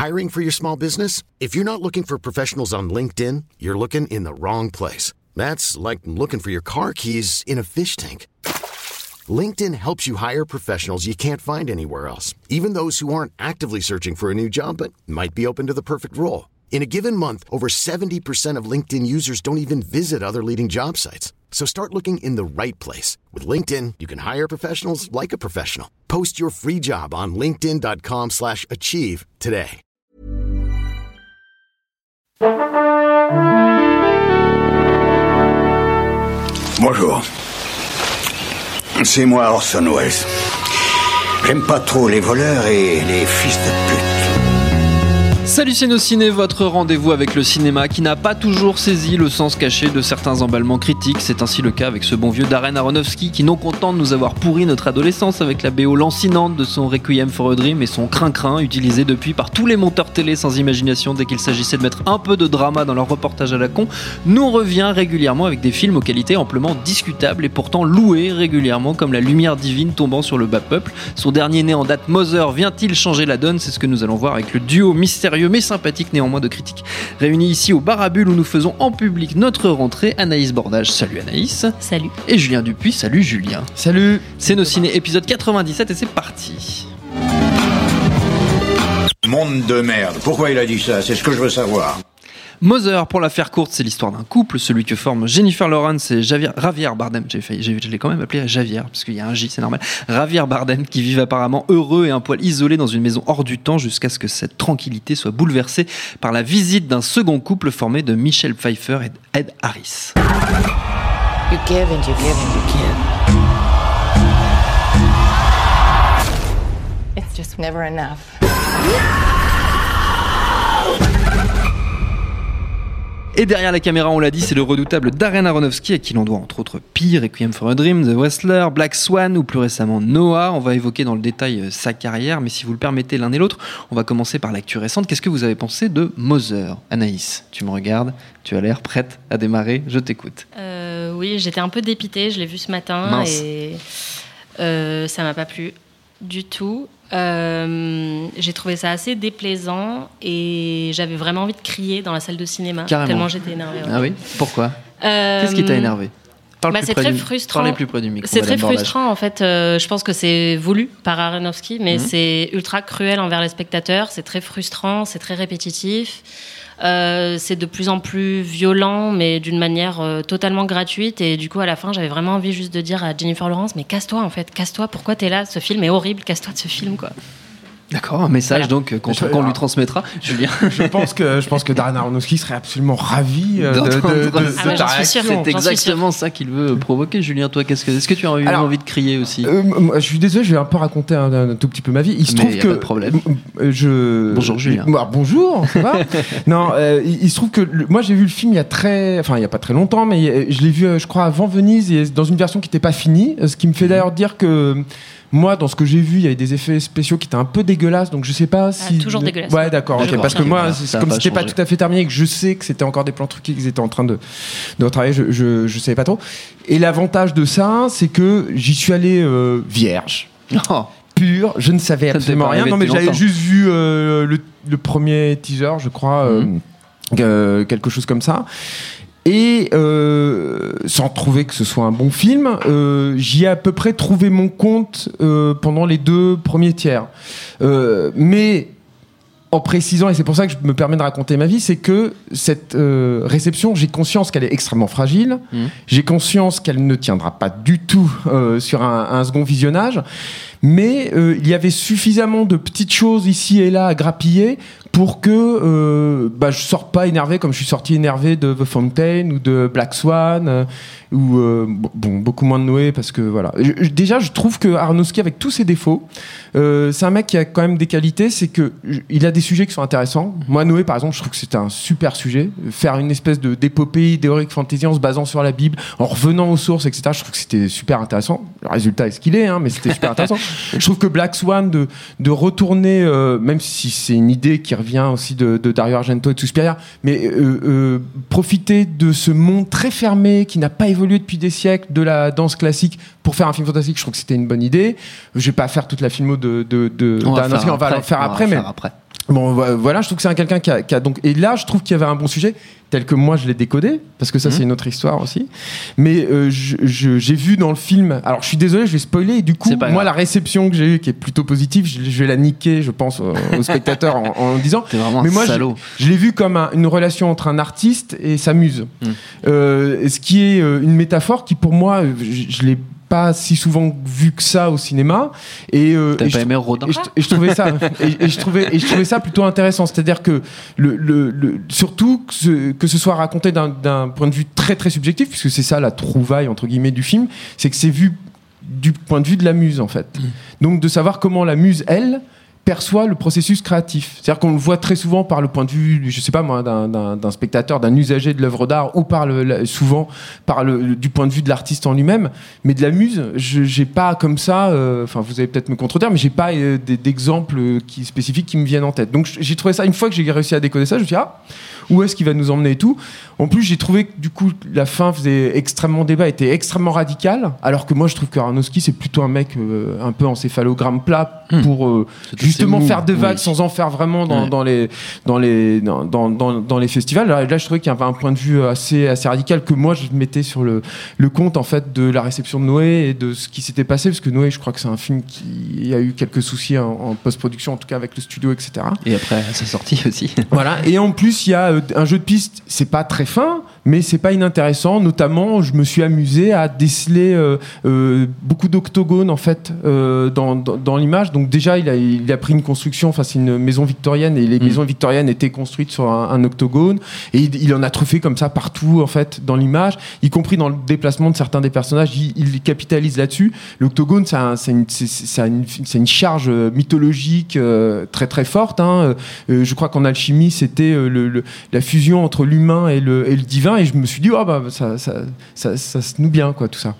Hiring for your small business? If you're not looking for professionals on LinkedIn, you're looking in the wrong place. That's like looking for your car keys in a fish tank. LinkedIn helps you hire professionals you can't find anywhere else, even those who aren't actively searching for a new job but might be open to the perfect role. In a given month, over 70% of LinkedIn users don't even visit other leading job sites. So start looking in the right place. With LinkedIn, you can hire professionals like a professional. Post your free job on linkedin.com/achieve today. Bonjour. C'est moi Orson Welles. J'aime pas trop les voleurs et les fils de pute. Salut c'est nos ciné, votre rendez-vous avec le cinéma qui n'a pas toujours saisi le sens caché de certains emballements critiques. C'est ainsi le cas avec ce bon vieux Darren Aronofsky qui, non content de nous avoir pourri notre adolescence avec la BO lancinante de son Requiem for a Dream et son crin-crin utilisé depuis par tous les monteurs télé sans imagination dès qu'il s'agissait de mettre un peu de drama dans leurs reportages à la con, nous revient régulièrement avec des films aux qualités amplement discutables et pourtant loués régulièrement comme la lumière divine tombant sur le bas peuple. Son dernier né en date, Mother, vient-il changer la donne? C'est ce que nous allons voir avec le duo mystérieux mais sympathique néanmoins de critiques réunis ici au Bar à Bulles où nous faisons en public notre rentrée. Anaïs Bordage, salut Anaïs. Salut. Et Julien Dupuis, salut Julien. Salut. C'est nos ciné épisode 97 et c'est parti. Monde de merde. Pourquoi il a dit ça? C'est ce que je veux savoir. Mother, pour la faire courte, c'est l'histoire d'un couple, celui que forment Jennifer Lawrence et Javier Bardem. Je l'ai quand même appelé Javier, parce qu'il y a un J, c'est normal. Javier Bardem, qui vivent apparemment heureux et un poil isolés dans une maison hors du temps, jusqu'à ce que cette tranquillité soit bouleversée par la visite d'un second couple formé de Michelle Pfeiffer et Ed Harris. You give and you give and you give. It's just never enough. Et derrière la caméra, on l'a dit, c'est le redoutable Darren Aronofsky à qui l'on doit entre autres Pi, Requiem for a Dream, The Wrestler, Black Swan ou plus récemment Noah. On va évoquer dans le détail sa carrière, mais si vous le permettez l'un et l'autre, on va commencer par l'actu récente. Qu'est-ce que vous avez pensé de Mother? Anaïs, tu me regardes, tu as l'air prête à démarrer, je t'écoute. Oui, j'étais un peu dépitée, je l'ai vu ce matin. Mince. Et ça m'a pas plu du tout. J'ai trouvé ça assez déplaisant et j'avais vraiment envie de crier dans la salle de cinéma. Carrément. Tellement j'étais énervée. Ouais. Ah oui? Pourquoi? Qu'est-ce qui t'a énervé? C'est très frustrant. Parlez plus près du micro. C'est très frustrant en fait. Je pense que c'est voulu par Aronofsky, mais c'est ultra cruel envers les spectateurs. C'est très frustrant, c'est très répétitif. C'est de plus en plus violent, mais d'une manière totalement gratuite. Et du coup, à la fin, j'avais vraiment envie juste de dire à Jennifer Lawrence, mais casse-toi en fait, casse-toi. Pourquoi t'es là? Ce film est horrible. Casse-toi de ce film, quoi. D'accord, un message donc qu'on lui transmettra, Julien. Je pense que Darren Aronofsky serait absolument ravi de ta réaction. C'est exactement ça qu'il veut provoquer. Julien, toi, est-ce que tu as eu envie de crier aussi? Je suis désolé, je vais un peu raconter un tout petit peu ma vie. Il se trouve que pas de problème. Bonjour Julien. Bonjour, ça va? Non, il se trouve que moi j'ai vu le film il y a pas très longtemps, mais je l'ai vu, je crois, avant Venise, et dans une version qui n'était pas finie, ce qui me fait d'ailleurs dire que moi, dans ce que j'ai vu, il y avait des effets spéciaux qui étaient un peu dégueulasses, donc je sais pas si. Toujours dégueulasse. Ouais, d'accord. Okay, parce que moi, c'est comme c'était pas tout à fait terminé, et que je sais que c'était encore des plans truqués qu'ils étaient en train de retravailler. Je savais pas trop. Et l'avantage de ça, c'est que j'y suis allé vierge. Oh. Pur, je ne savais absolument rien. Non, mais j'avais juste vu le premier teaser, je crois, quelque chose comme ça. Et sans trouver que ce soit un bon film, j'y ai à peu près trouvé mon compte pendant les 2 premiers tiers. Mais en précisant, et c'est pour ça que je me permets de raconter ma vie, c'est que cette réception, j'ai conscience qu'elle est extrêmement fragile, j'ai conscience qu'elle ne tiendra pas du tout sur un second visionnage, mais il y avait suffisamment de petites choses ici et là à grappiller pour que je sorte pas énervé comme je suis sorti énervé de The Fountain ou de Black Swan ou beaucoup moins de Noé, parce que voilà. Déjà, je trouve que Aronofsky, avec tous ses défauts, c'est un mec qui a quand même des qualités, c'est que il a des sujets qui sont intéressants. Moi, Noé, par exemple, je trouve que c'était un super sujet. Faire une espèce d'épopée d'heroic fantasy en se basant sur la Bible, en revenant aux sources, etc. Je trouve que c'était super intéressant. Le résultat est ce qu'il est, mais c'était super intéressant. Je trouve que Black Swan, de retourner, même si c'est une idée qui revient aussi de Dario Argento et de Suspiria, mais profiter de ce monde très fermé qui n'a pas évolué depuis des siècles, de la danse classique, pour faire un film fantastique, je trouve que c'était une bonne idée. Je vais pas faire toute la filmo d'Aronofsky, on va le faire après, mais Bon, voilà, je trouve que c'est quelqu'un qui a donc. Et là, je trouve qu'il y avait un bon sujet, tel que moi je l'ai décodé, parce que ça, c'est une autre histoire aussi. Mais j'ai vu dans le film. Alors, je suis désolé, je vais spoiler. Et du coup, moi, la réception que j'ai eue, qui est plutôt positive, je vais la niquer, je pense, aux spectateurs en disant. T'es vraiment mais moi, salaud. Je l'ai vu comme une relation entre un artiste et sa muse. Ce qui est une métaphore qui, pour moi, je l'ai pas si souvent vu que ça au cinéma t'as pas aimé Rodin et je trouvais ça et je trouvais ça plutôt intéressant, c'est-à-dire que surtout que ce soit raconté d'un point de vue très très subjectif, puisque c'est ça la trouvaille entre guillemets du film, c'est que c'est vu du point de vue de la muse en fait. Donc de savoir comment la muse elle perçoit le processus créatif. C'est-à-dire qu'on le voit très souvent par le point de vue, je sais pas moi, d'un spectateur, d'un usager de l'œuvre d'art, ou souvent du point de vue de l'artiste en lui-même. Mais de la muse, j'ai pas comme ça, enfin vous allez peut-être me contredire, mais j'ai pas d'exemples spécifiques qui me viennent en tête. Donc j'ai trouvé ça, une fois que j'ai réussi à décoder ça, je me suis dit, où est-ce qu'il va nous emmener et tout. En plus, j'ai trouvé que du coup, la fin faisait extrêmement débat, était extrêmement radicale, alors que moi, je trouve qu'Aronofsky, c'est plutôt un mec un peu encéphalogramme plat pour justement faire des vagues sans en faire vraiment dans les festivals. Là, je trouvais qu'il y avait un point de vue assez radical que moi, je mettais sur le compte en fait de la réception de Noé et de ce qui s'était passé, parce que Noé, je crois que c'est un film qui a eu quelques soucis en post-production, en tout cas avec le studio, etc. Et après sa sortie aussi. Voilà. Et en plus, il y a un jeu de piste, c'est pas très fin, mais c'est pas inintéressant. Notamment, je me suis amusé à déceler beaucoup d'octogones en fait dans l'image. Donc déjà, il a pris une construction. Enfin, c'est une maison victorienne et les maisons victoriennes étaient construites sur un octogone. Et il en a truffé comme ça partout en fait dans l'image, y compris dans le déplacement de certains des personnages. Il capitalise là-dessus. L'octogone, c'est une charge mythologique très très forte. Je crois qu'en alchimie, c'était la fusion entre l'humain et le divin, et je me suis dit ça se noue bien quoi tout ça.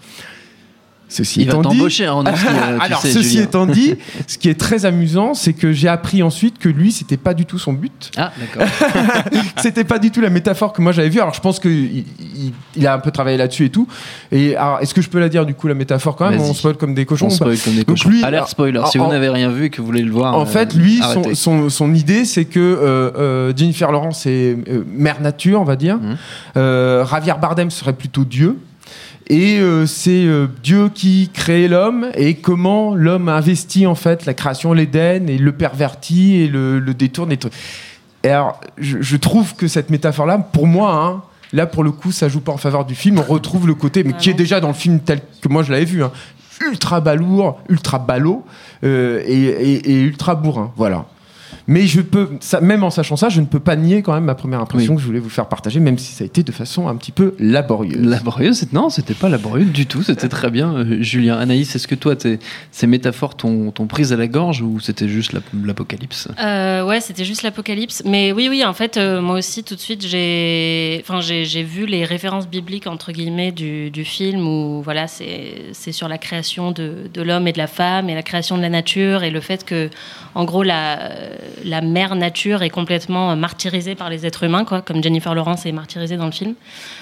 Il va t'embaucher, alors ceci étant dit, ce qui est très amusant, c'est que j'ai appris ensuite que lui, c'était pas du tout son but. Ah, d'accord. C'était pas du tout la métaphore que moi j'avais vue. Alors je pense qu'il a un peu travaillé là-dessus et tout. Et alors, est-ce que je peux la dire du coup la métaphore quand même? Vas-y. On spoil comme des cochons. On spoil comme des cochons. Lui, alerte spoiler. Si vous n'avez rien vu et que vous voulez le voir. En fait, lui, son idée, c'est que Jennifer Lawrence est mère nature, on va dire. Javier Bardem serait plutôt Dieu. Et c'est Dieu qui crée l'homme, et comment l'homme investit en fait la création, l'Éden, et le pervertit et le détourne. Et alors, je trouve que cette métaphore-là, pour moi, là pour le coup, ça joue pas en faveur du film. On retrouve le côté, mais qui est déjà dans le film tel que moi je l'avais vu, ultra balourd, ultra ballot et ultra bourrin. Voilà. Mais même en sachant ça, je ne peux pas nier quand même ma première impression que je voulais vous faire partager, même si ça a été de façon un petit peu laborieuse. Laborieuse? Non, c'était pas laborieux du tout, c'était très bien. Julien, Anaïs, est-ce que toi, ces métaphores t'ont prise à la gorge, ou c'était juste l'apocalypse? Ouais, c'était juste l'apocalypse. Mais oui, en fait, moi aussi, tout de suite, j'ai vu les références bibliques, entre guillemets, du film, où voilà, c'est sur la création de l'homme et de la femme, et la création de la nature, et le fait que, en gros, la mère nature est complètement martyrisée par les êtres humains, quoi, comme Jennifer Lawrence est martyrisée dans le film.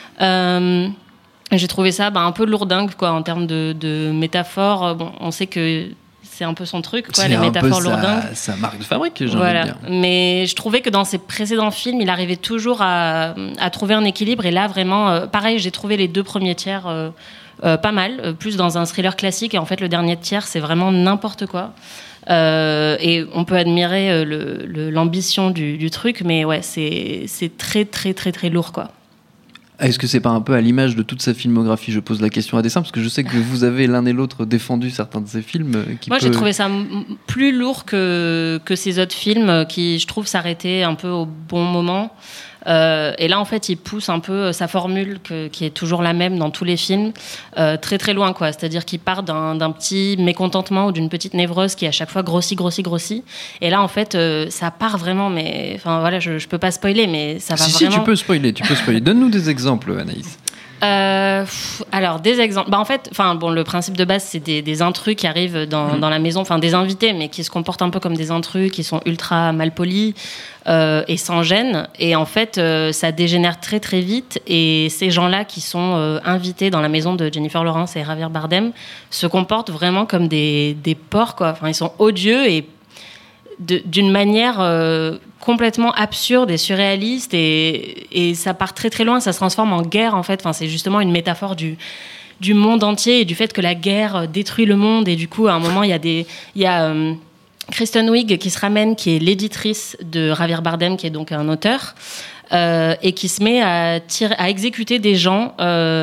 J'ai trouvé ça un peu lourdingue, quoi, en termes de métaphores. Bon, on sait que c'est un peu son truc, quoi, les métaphores lourdingues. C'est sa marque de fabrique, j'ai envie de dire. Mais je trouvais que dans ses précédents films, il arrivait toujours à trouver un équilibre. Et là, vraiment, pareil, j'ai trouvé les 2 premiers tiers pas mal, plus dans un thriller classique. Et en fait, le dernier tiers, c'est vraiment n'importe quoi. Et on peut admirer l'ambition du truc, mais ouais, c'est très très très très lourd, quoi. Est-ce que c'est pas un peu à l'image de toute sa filmographie? Je pose la question à dessein parce que je sais que vous avez l'un et l'autre défendu certains de ses films. Moi, j'ai trouvé ça plus lourd que ces autres films qui, je trouve, s'arrêtaient un peu au bon moment. Et là, en fait, il pousse un peu sa formule qui est toujours la même dans tous les films, très très loin, quoi. C'est-à-dire qu'il part d'un petit mécontentement ou d'une petite névrose qui à chaque fois grossit. Et là, en fait, ça part vraiment. Mais enfin voilà, je peux pas spoiler, mais ça va vraiment. Si, tu peux spoiler. Donne-nous des exemples, Anaïs. Alors des exemples. En fait, le principe de base, c'est des intrus qui arrivent dans la maison, des invités, mais qui se comportent un peu comme des intrus, qui sont ultra malpolis et sans gêne. Et en fait, ça dégénère très très vite. Et ces gens-là qui sont invités dans la maison de Jennifer Lawrence et Javier Bardem se comportent vraiment comme des porcs, quoi. Ils sont odieux et d'une manière complètement absurde et surréaliste, et ça part très très loin, ça se transforme en guerre en fait. Enfin, c'est justement une métaphore du monde entier et du fait que la guerre détruit le monde, et du coup à un moment il y a Kristen Wiig qui se ramène, qui est l'éditrice de Javier Bardem, qui est donc un auteur, et qui se met à exécuter des gens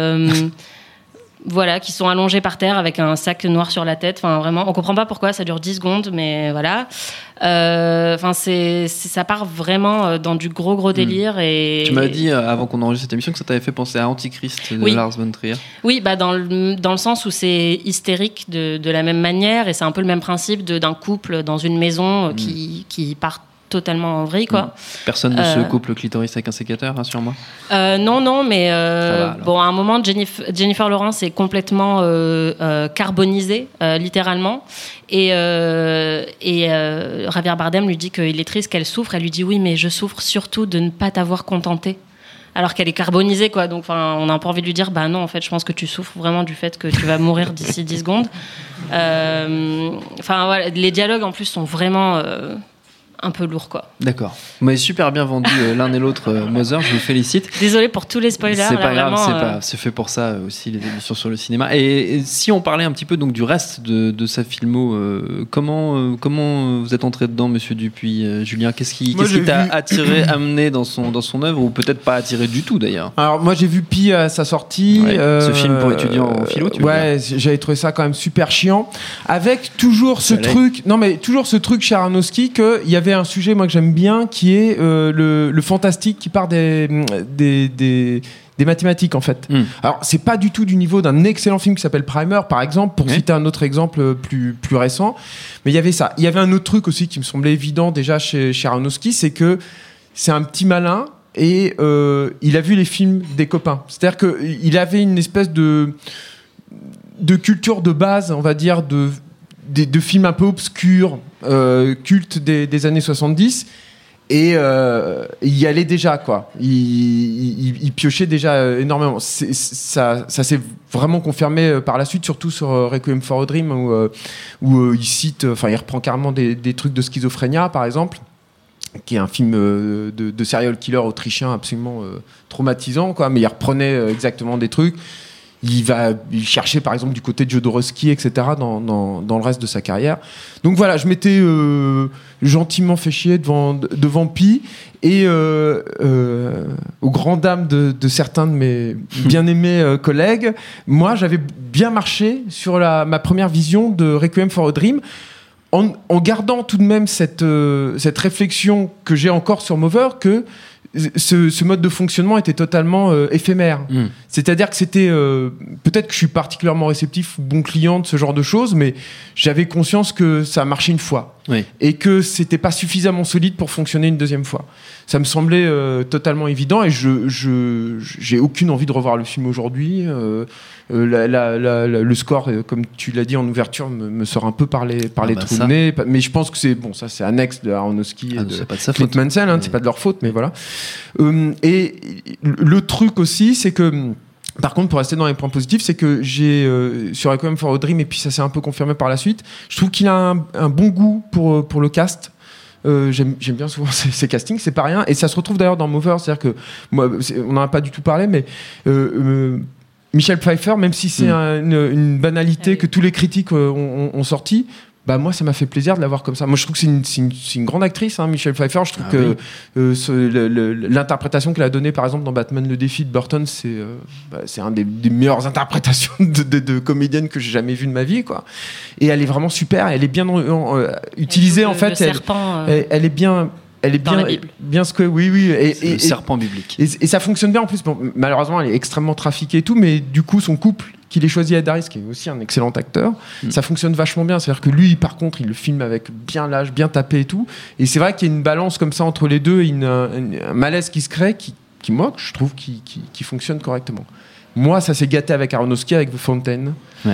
voilà, qui sont allongés par terre avec un sac noir sur la tête. Enfin, vraiment, on comprend pas pourquoi, ça dure 10 secondes, mais voilà. Enfin, ça part vraiment dans du gros délire. Et tu m'as dit avant qu'on enregistre cette émission que ça t'avait fait penser à Antichrist de Lars von Trier. Oui, bah dans le sens où c'est hystérique de la même manière, et c'est un peu le même principe d'un couple dans une maison qui part totalement en vrille, quoi. Personne ne se coupe le clitoris avec un sécateur, rassure-moi. Non, mais bon, à un moment, Jennifer Lawrence est complètement carbonisée, littéralement, et Javier Bardem lui dit qu'il est triste, qu'elle souffre. Elle lui dit oui, mais je souffre surtout de ne pas t'avoir contentée. Alors qu'elle est carbonisée, quoi. Donc, on a un peu envie de lui dire, bah non, en fait, je pense que tu souffres vraiment du fait que tu vas mourir d'ici 10 secondes. Enfin, voilà, les dialogues en plus sont vraiment un peu lourd, quoi. D'accord. Vous m'avez super bien vendu l'un et l'autre, Mother, je vous félicite. Désolée pour tous les spoilers. C'est pas grave, c'est fait pour ça aussi, les émissions sur le cinéma. Et si on parlait un petit peu donc du reste de sa filmo, comment vous êtes entré dedans, Monsieur Dupuis, Julien? Qu'est-ce qui t'a attiré, amené dans son œuvre, ou peut-être pas attiré du tout d'ailleurs? Alors moi j'ai vu Pi à sa sortie. Ouais, ce film pour étudiants en philo, tu veux dire. J'avais trouvé ça quand même super chiant, avec toujours ce truc chez Aronofsky, qu'il y avait un sujet moi que j'aime bien, qui est le fantastique qui part des mathématiques en fait. Alors c'est pas du tout du niveau d'un excellent film qui s'appelle Primer par exemple, pour citer un autre exemple plus récent, mais il y avait ça. Il y avait un autre truc aussi qui me semblait évident déjà chez Aronofsky, c'est que c'est un petit malin et il a vu les films des copains. C'est-à-dire qu'il avait une espèce de culture de base, on va dire, de films un peu obscurs, cultes des années 70, et il y allait déjà, quoi. Il piochait déjà énormément. Ça s'est vraiment confirmé par la suite, surtout sur Requiem for a Dream, où il cite, il reprend carrément des trucs de Schizophrénia, par exemple, qui est un film de serial killer autrichien absolument traumatisant, quoi, mais il reprenait exactement des trucs. Il cherchait par exemple du côté de Jodorowsky, etc. dans le reste de sa carrière. Donc voilà, je m'étais gentiment fait chier devant Pi, et aux grandes dames de certains de mes bien-aimés collègues, moi j'avais bien marché sur ma première vision de Requiem for a Dream, en gardant tout de même cette réflexion que j'ai encore sur Mover, que ce mode de fonctionnement était totalement éphémère. C'est-à-dire que c'était... peut-être que je suis particulièrement réceptif ou bon client de ce genre de choses, mais j'avais conscience que ça a marché une fois. Oui. Et que c'était pas suffisamment solide pour fonctionner une deuxième fois. Ça me semblait totalement évident, et j'ai aucune envie de revoir le film aujourd'hui. Le score, comme tu l'as dit en ouverture, me sort un peu par les trous de nez, mais je pense que c'est annexe de Aronofsky et de Clint Mansell, c'est pas de leur faute, mais voilà. Et le truc aussi, c'est que, par contre, pour rester dans les points positifs, c'est que j'ai sur Requiem for a Dream, et puis ça s'est un peu confirmé par la suite, je trouve qu'il a un bon goût pour le cast. J'aime bien souvent ces castings, c'est pas rien, et ça se retrouve d'ailleurs dans Mover. C'est-à-dire que moi, on n'en a pas du tout parlé, mais Michel Pfeiffer, même si c'est une banalité que tous les critiques ont sorti, bah moi ça m'a fait plaisir de la voir comme ça. Moi je trouve que c'est une grande actrice, Michelle Pfeiffer. Je trouve que l'interprétation qu'elle a donnée par exemple dans Batman le défi de Burton, c'est un des meilleures interprétations de comédienne que j'ai jamais vues de ma vie, quoi. Et elle est vraiment super, elle est bien utilisée en fait. Elle est bien. Elle est bien ce que oui et le serpent biblique. Et ça fonctionne bien en plus. Bon, malheureusement, elle est extrêmement trafiquée et tout, mais du coup, son couple qu'il ait choisi, Ed Harris, qui est aussi un excellent acteur, ça fonctionne vachement bien. C'est-à-dire que lui, par contre, il le filme avec bien l'âge, bien tapé et tout. Et c'est vrai qu'il y a une balance comme ça entre les deux, un malaise qui se crée, qui moi, je trouve, qui fonctionne correctement. Moi, ça s'est gâté avec Aronofsky, avec The Fountain. Ouais.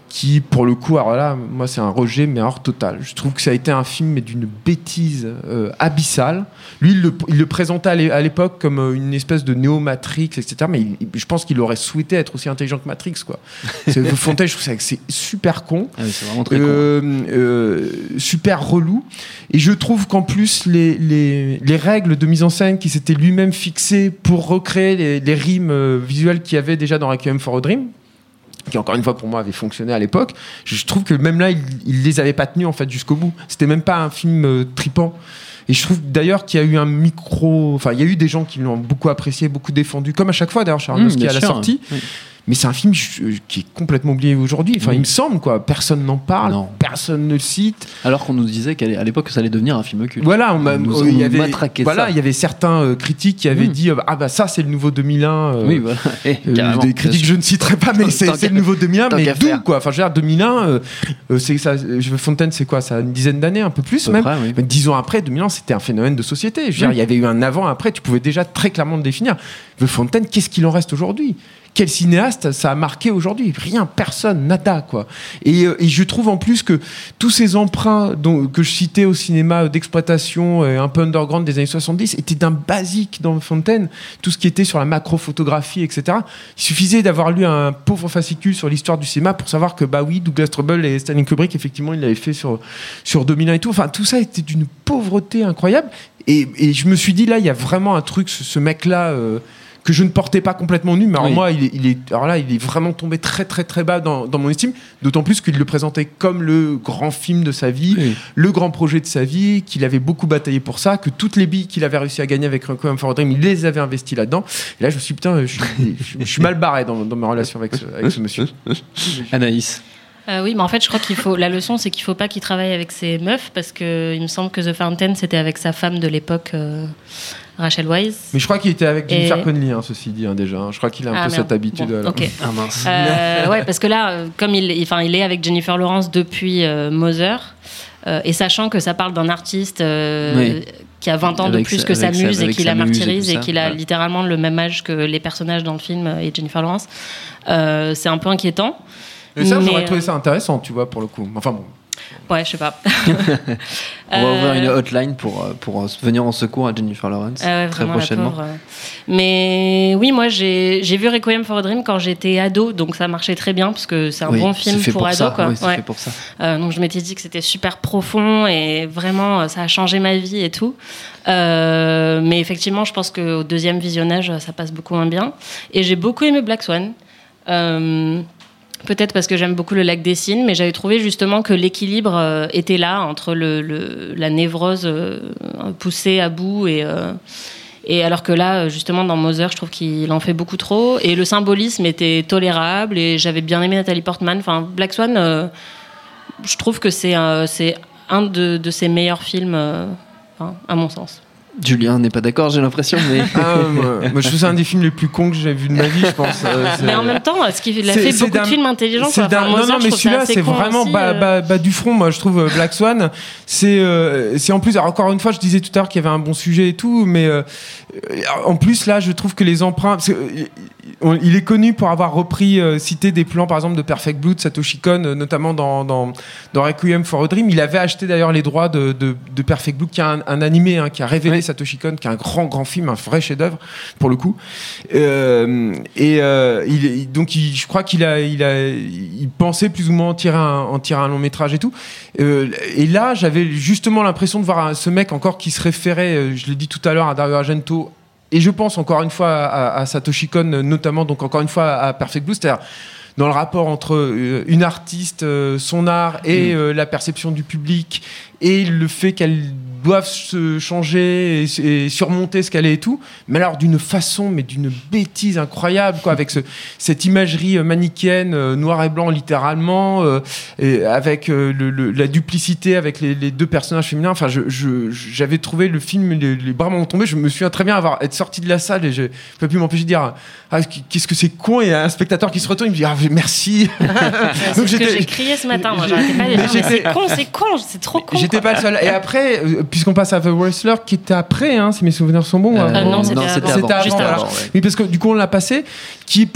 qui, pour le coup, alors là, moi, c'est un rejet, mais alors total. Je trouve que ça a été un film, mais d'une bêtise abyssale. Lui, il le présentait à l'époque comme une espèce de néo-Matrix, etc. Mais je pense qu'il aurait souhaité être aussi intelligent que Matrix, quoi. Fontaine, je trouve que c'est super con. Ah oui, c'est vraiment très con. Super relou. Et je trouve qu'en plus, les règles de mise en scène qui s'étaient lui-même fixées pour recréer les rimes visuelles qu'il y avait déjà dans Requiem for a Dream, qui encore une fois pour moi avait fonctionné à l'époque, je trouve que même là il les avait pas tenus en fait jusqu'au bout. C'était même pas un film tripant. Et je trouve d'ailleurs qu'il y a eu il y a eu des gens qui l'ont beaucoup apprécié, beaucoup défendu, comme à chaque fois d'ailleurs Charles Aronofsky à la sortie. Oui. Mais c'est un film qui est complètement oublié aujourd'hui. Enfin, il me semble, quoi. Personne n'en parle, personne ne le cite. Alors qu'on nous disait qu'à l'époque, ça allait devenir un film culte. Voilà, il y avait certains critiques qui avaient dit ça, c'est le nouveau 2001. Oui, voilà. Des critiques que je ne citerai pas, mais c'est le nouveau 2001. Mais d'où, quoi. Enfin, je veux dire, 2001, c'est ça. Fontaine, c'est quoi? Ça a une dizaine d'années, un peu plus, même. Près, oui. Mais 10 ans après, 2001, c'était un phénomène de société. Je veux dire, il y avait eu un avant, après. Tu pouvais déjà très clairement le définir. Fontaine, qu'est-ce qu'il en reste aujourd'hui? Quel cinéaste ça a marqué aujourd'hui? Rien, personne, nada, quoi. Et je trouve en plus que tous ces emprunts que je citais au cinéma d'exploitation un peu underground des années 70 étaient d'un basique dans Fontaine. Tout ce qui était sur la macrophotographie, etc. Il suffisait d'avoir lu un pauvre fascicule sur l'histoire du cinéma pour savoir que, Douglas Trumbull et Stanley Kubrick, effectivement, ils l'avaient fait sur 2001 et tout. Enfin, tout ça était d'une pauvreté incroyable. Et je me suis dit, là, il y a vraiment un truc, ce mec-là... que je ne portais pas complètement nu, mais alors moi, il est vraiment tombé très très très bas dans mon estime, d'autant plus qu'il le présentait comme le grand film de sa vie, le grand projet de sa vie, qu'il avait beaucoup bataillé pour ça, que toutes les billes qu'il avait réussi à gagner avec Requiem for a Dream, il les avait investies là-dedans. Et là, je me suis dit, putain, je suis mal barré dans ma relation avec ce monsieur. Anaïs. Oui, mais en fait, je crois la leçon, c'est qu'il faut pas qu'il travaille avec ses meufs, parce que il me semble que The Fountain, c'était avec sa femme de l'époque, Rachel Weisz. Mais je crois qu'il était avec Jennifer Connelly, ceci dit, déjà. Je crois qu'il a un peu cette habitude. Bon, okay. Ah mince. Ouais, parce que là, comme il est avec Jennifer Lawrence depuis Mother, et sachant que ça parle d'un artiste qui a 20 ans de plus que sa muse et qui la martyrise et qu'il a littéralement le même âge que les personnages dans le film et Jennifer Lawrence, c'est un peu inquiétant. Et ça, j'aurais trouvé ça intéressant, tu vois, pour le coup. Enfin bon. Ouais, je sais pas. On va ouvrir une hotline pour venir en secours à Jennifer Lawrence très prochainement. Mais oui, moi j'ai vu Requiem for a Dream quand j'étais ado, donc ça marchait très bien parce que c'est un bon film pour ado. Quoi. C'est fait pour ça. Donc je m'étais dit que c'était super profond et vraiment ça a changé ma vie et tout. Mais effectivement, je pense qu'au deuxième visionnage, ça passe beaucoup moins bien. Et j'ai beaucoup aimé Black Swan. Peut-être parce que j'aime beaucoup Le Lac des Cygnes, mais j'avais trouvé justement que l'équilibre était là entre la névrose poussée à bout et alors que là, justement, dans Mother, je trouve qu'il en fait beaucoup trop. Et le symbolisme était tolérable et j'avais bien aimé Nathalie Portman. Enfin, Black Swan, je trouve que c'est un de ses meilleurs films, à mon sens. Julien n'est pas d'accord, j'ai l'impression, mais... moi, je trouve ça un des films les plus cons que j'ai vu de ma vie, je pense. Mais en même temps, il a fait beaucoup de films intelligents. Non, mais celui-là, c'est vraiment bas du front, moi, je trouve, Black Swan. C'est en plus, alors, encore une fois, je disais tout à l'heure qu'il y avait un bon sujet et tout, mais en plus, là, je trouve que les emprunts... il est connu pour avoir cité des plans, par exemple, de Perfect Blue, de Satoshi Kon, notamment dans Requiem for a Dream. Il avait acheté d'ailleurs les droits de Perfect Blue, qui est un animé, qui a révélé Satoshi Kon, qui est un grand film, un vrai chef-d'œuvre pour le coup. Donc, je crois il pensait plus ou moins en tirer un long métrage et tout. Et là, j'avais justement l'impression de voir ce mec encore qui se référait, je l'ai dit tout à l'heure, à Dario Argento. Et je pense encore une fois à Satoshi Kon, notamment, donc encore une fois à Perfect Blue, c'est-à-dire dans le rapport entre une artiste, son art et la perception du public et le fait qu'elle doivent se changer et surmonter ce qu'elle est et tout, mais alors d'une façon, mais d'une bêtise incroyable, quoi, avec cette imagerie manichéenne, noir et blanc littéralement, et avec la duplicité avec les deux personnages féminins. Enfin, j'avais trouvé le film les bras m'ont tombé. Je me souviens très bien être sorti de la salle et je ne peux plus m'empêcher de dire qu'est-ce que c'est con, et un spectateur qui se retourne, il me dit merci. C'est ce que j'ai crié ce matin. Moi, j'arrêtais pas de dire c'est con, c'est trop con. J'étais pas le seul. Et après, puisqu'on passe à The Wrestler, qui était après, si mes souvenirs sont bons. Non, c'était avant. Juste avant. Oui, parce que du coup, on l'a passé, qui est pour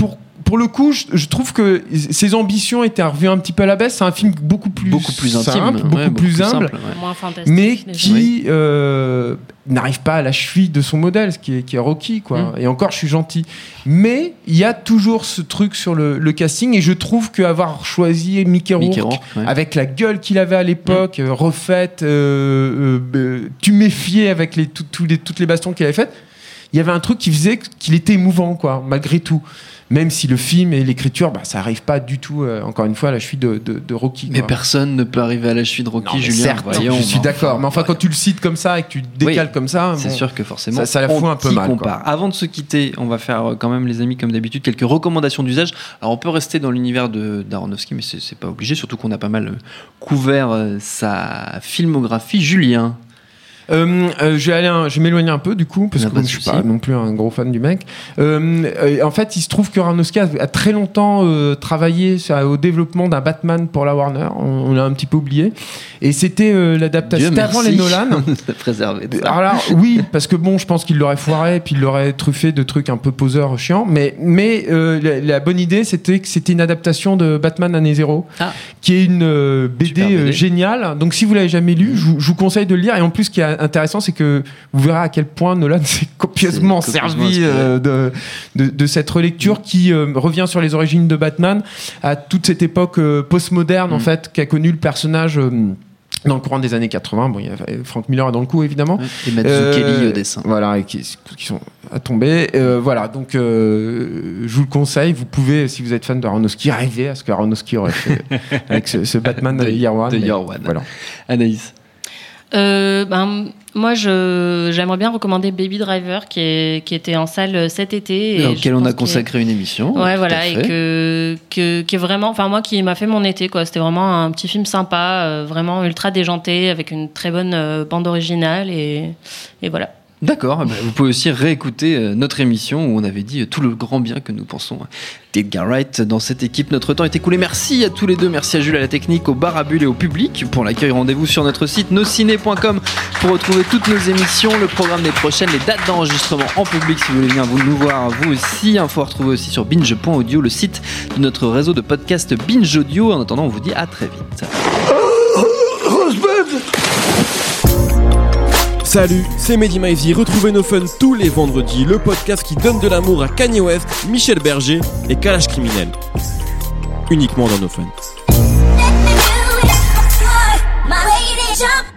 pour le coup, je trouve que ses ambitions étaient revues un petit peu à la baisse. C'est un film beaucoup plus intime, beaucoup plus humble, moins fantastique, mais qui n'arrive pas à la cheville de son modèle, ce qui est Rocky, quoi. Et encore, je suis gentil. Mais il y a toujours ce truc sur le casting, et je trouve qu'avoir choisi Mickey Rourke avec la gueule qu'il avait à l'époque, refaite, tuméfiée avec toutes les bastons qu'il avait faites, il y avait un truc qui faisait qu'il était émouvant, quoi, malgré tout. Même si le film et l'écriture, ça arrive pas du tout, encore une fois, à la cheville de Rocky. Mais personne ne peut arriver à la cheville de Rocky, non, Julien. Certes, voyons, je suis d'accord. Mais enfin, quand tu le cites comme ça et que tu décales comme ça, c'est sûr que forcément, ça la fout un peu mal. Avant de se quitter, on va faire quand même, les amis, comme d'habitude, quelques recommandations d'usage. Alors, on peut rester dans l'univers d'Aronofsky, mais c'est pas obligé, surtout qu'on a pas mal couvert sa filmographie. Julien. Je vais m'éloigner un peu du coup parce que je suis pas non plus un gros fan du mec. En fait, il se trouve que Aronofsky a très longtemps travaillé au développement d'un Batman pour la Warner. On l'a un petit peu oublié. Et c'était l'adaptation. C'était avant les Nolan. Préservé de ça. Alors oui, parce que je pense qu'il l'aurait foiré et puis il l'aurait truffé de trucs un peu poseurs chiants. Mais la bonne idée, c'était que c'était une adaptation de Batman Année Zéro, qui est une BD géniale. Donc si vous l'avez jamais lu, je vous conseille de le lire. Et en plus, ce qui est intéressant, c'est que vous verrez à quel point Nolan s'est copieusement servi de cette relecture qui revient sur les origines de Batman à toute cette époque postmoderne en fait qu'a connu le personnage dans le courant des années 80. Bon, il y a Frank Miller dans le coup évidemment, et Mazzucchelli au dessin, voilà, et qui sont à tomber. Voilà, donc je vous le conseille. Vous pouvez, si vous êtes fan de Aronofsky, rêver à ce qu'Aronofsky aurait fait avec ce Batman de Year One. Voilà. Anaïs. Moi, j'aimerais bien recommander Baby Driver, qui était en salle cet été. Auquel on a consacré une émission. Ouais, voilà, et qui est vraiment, enfin, moi, qui m'a fait mon été, quoi. C'était vraiment un petit film sympa, vraiment ultra déjanté, avec une très bonne bande originale, et voilà. D'accord, vous pouvez aussi réécouter notre émission où on avait dit tout le grand bien que nous pensons d'Edgar Wright dans cette équipe. Notre temps est écoulé. Merci à tous les deux. Merci à Jules à la technique, au bar à bulles et au public pour l'accueil. Rendez-vous sur notre site nosciné.com pour retrouver toutes nos émissions, le programme des prochaines, les dates d'enregistrement en public si vous voulez venir nous voir vous aussi. Info à retrouver aussi sur binge.audio, le site de notre réseau de podcast Binge Audio. En attendant, on vous dit à très vite. Salut, c'est Mehdi Maizy. Retrouvez No Fun tous les vendredis, le podcast qui donne de l'amour à Kanye West, Michel Berger et Kalash Criminel. Uniquement dans No Fun.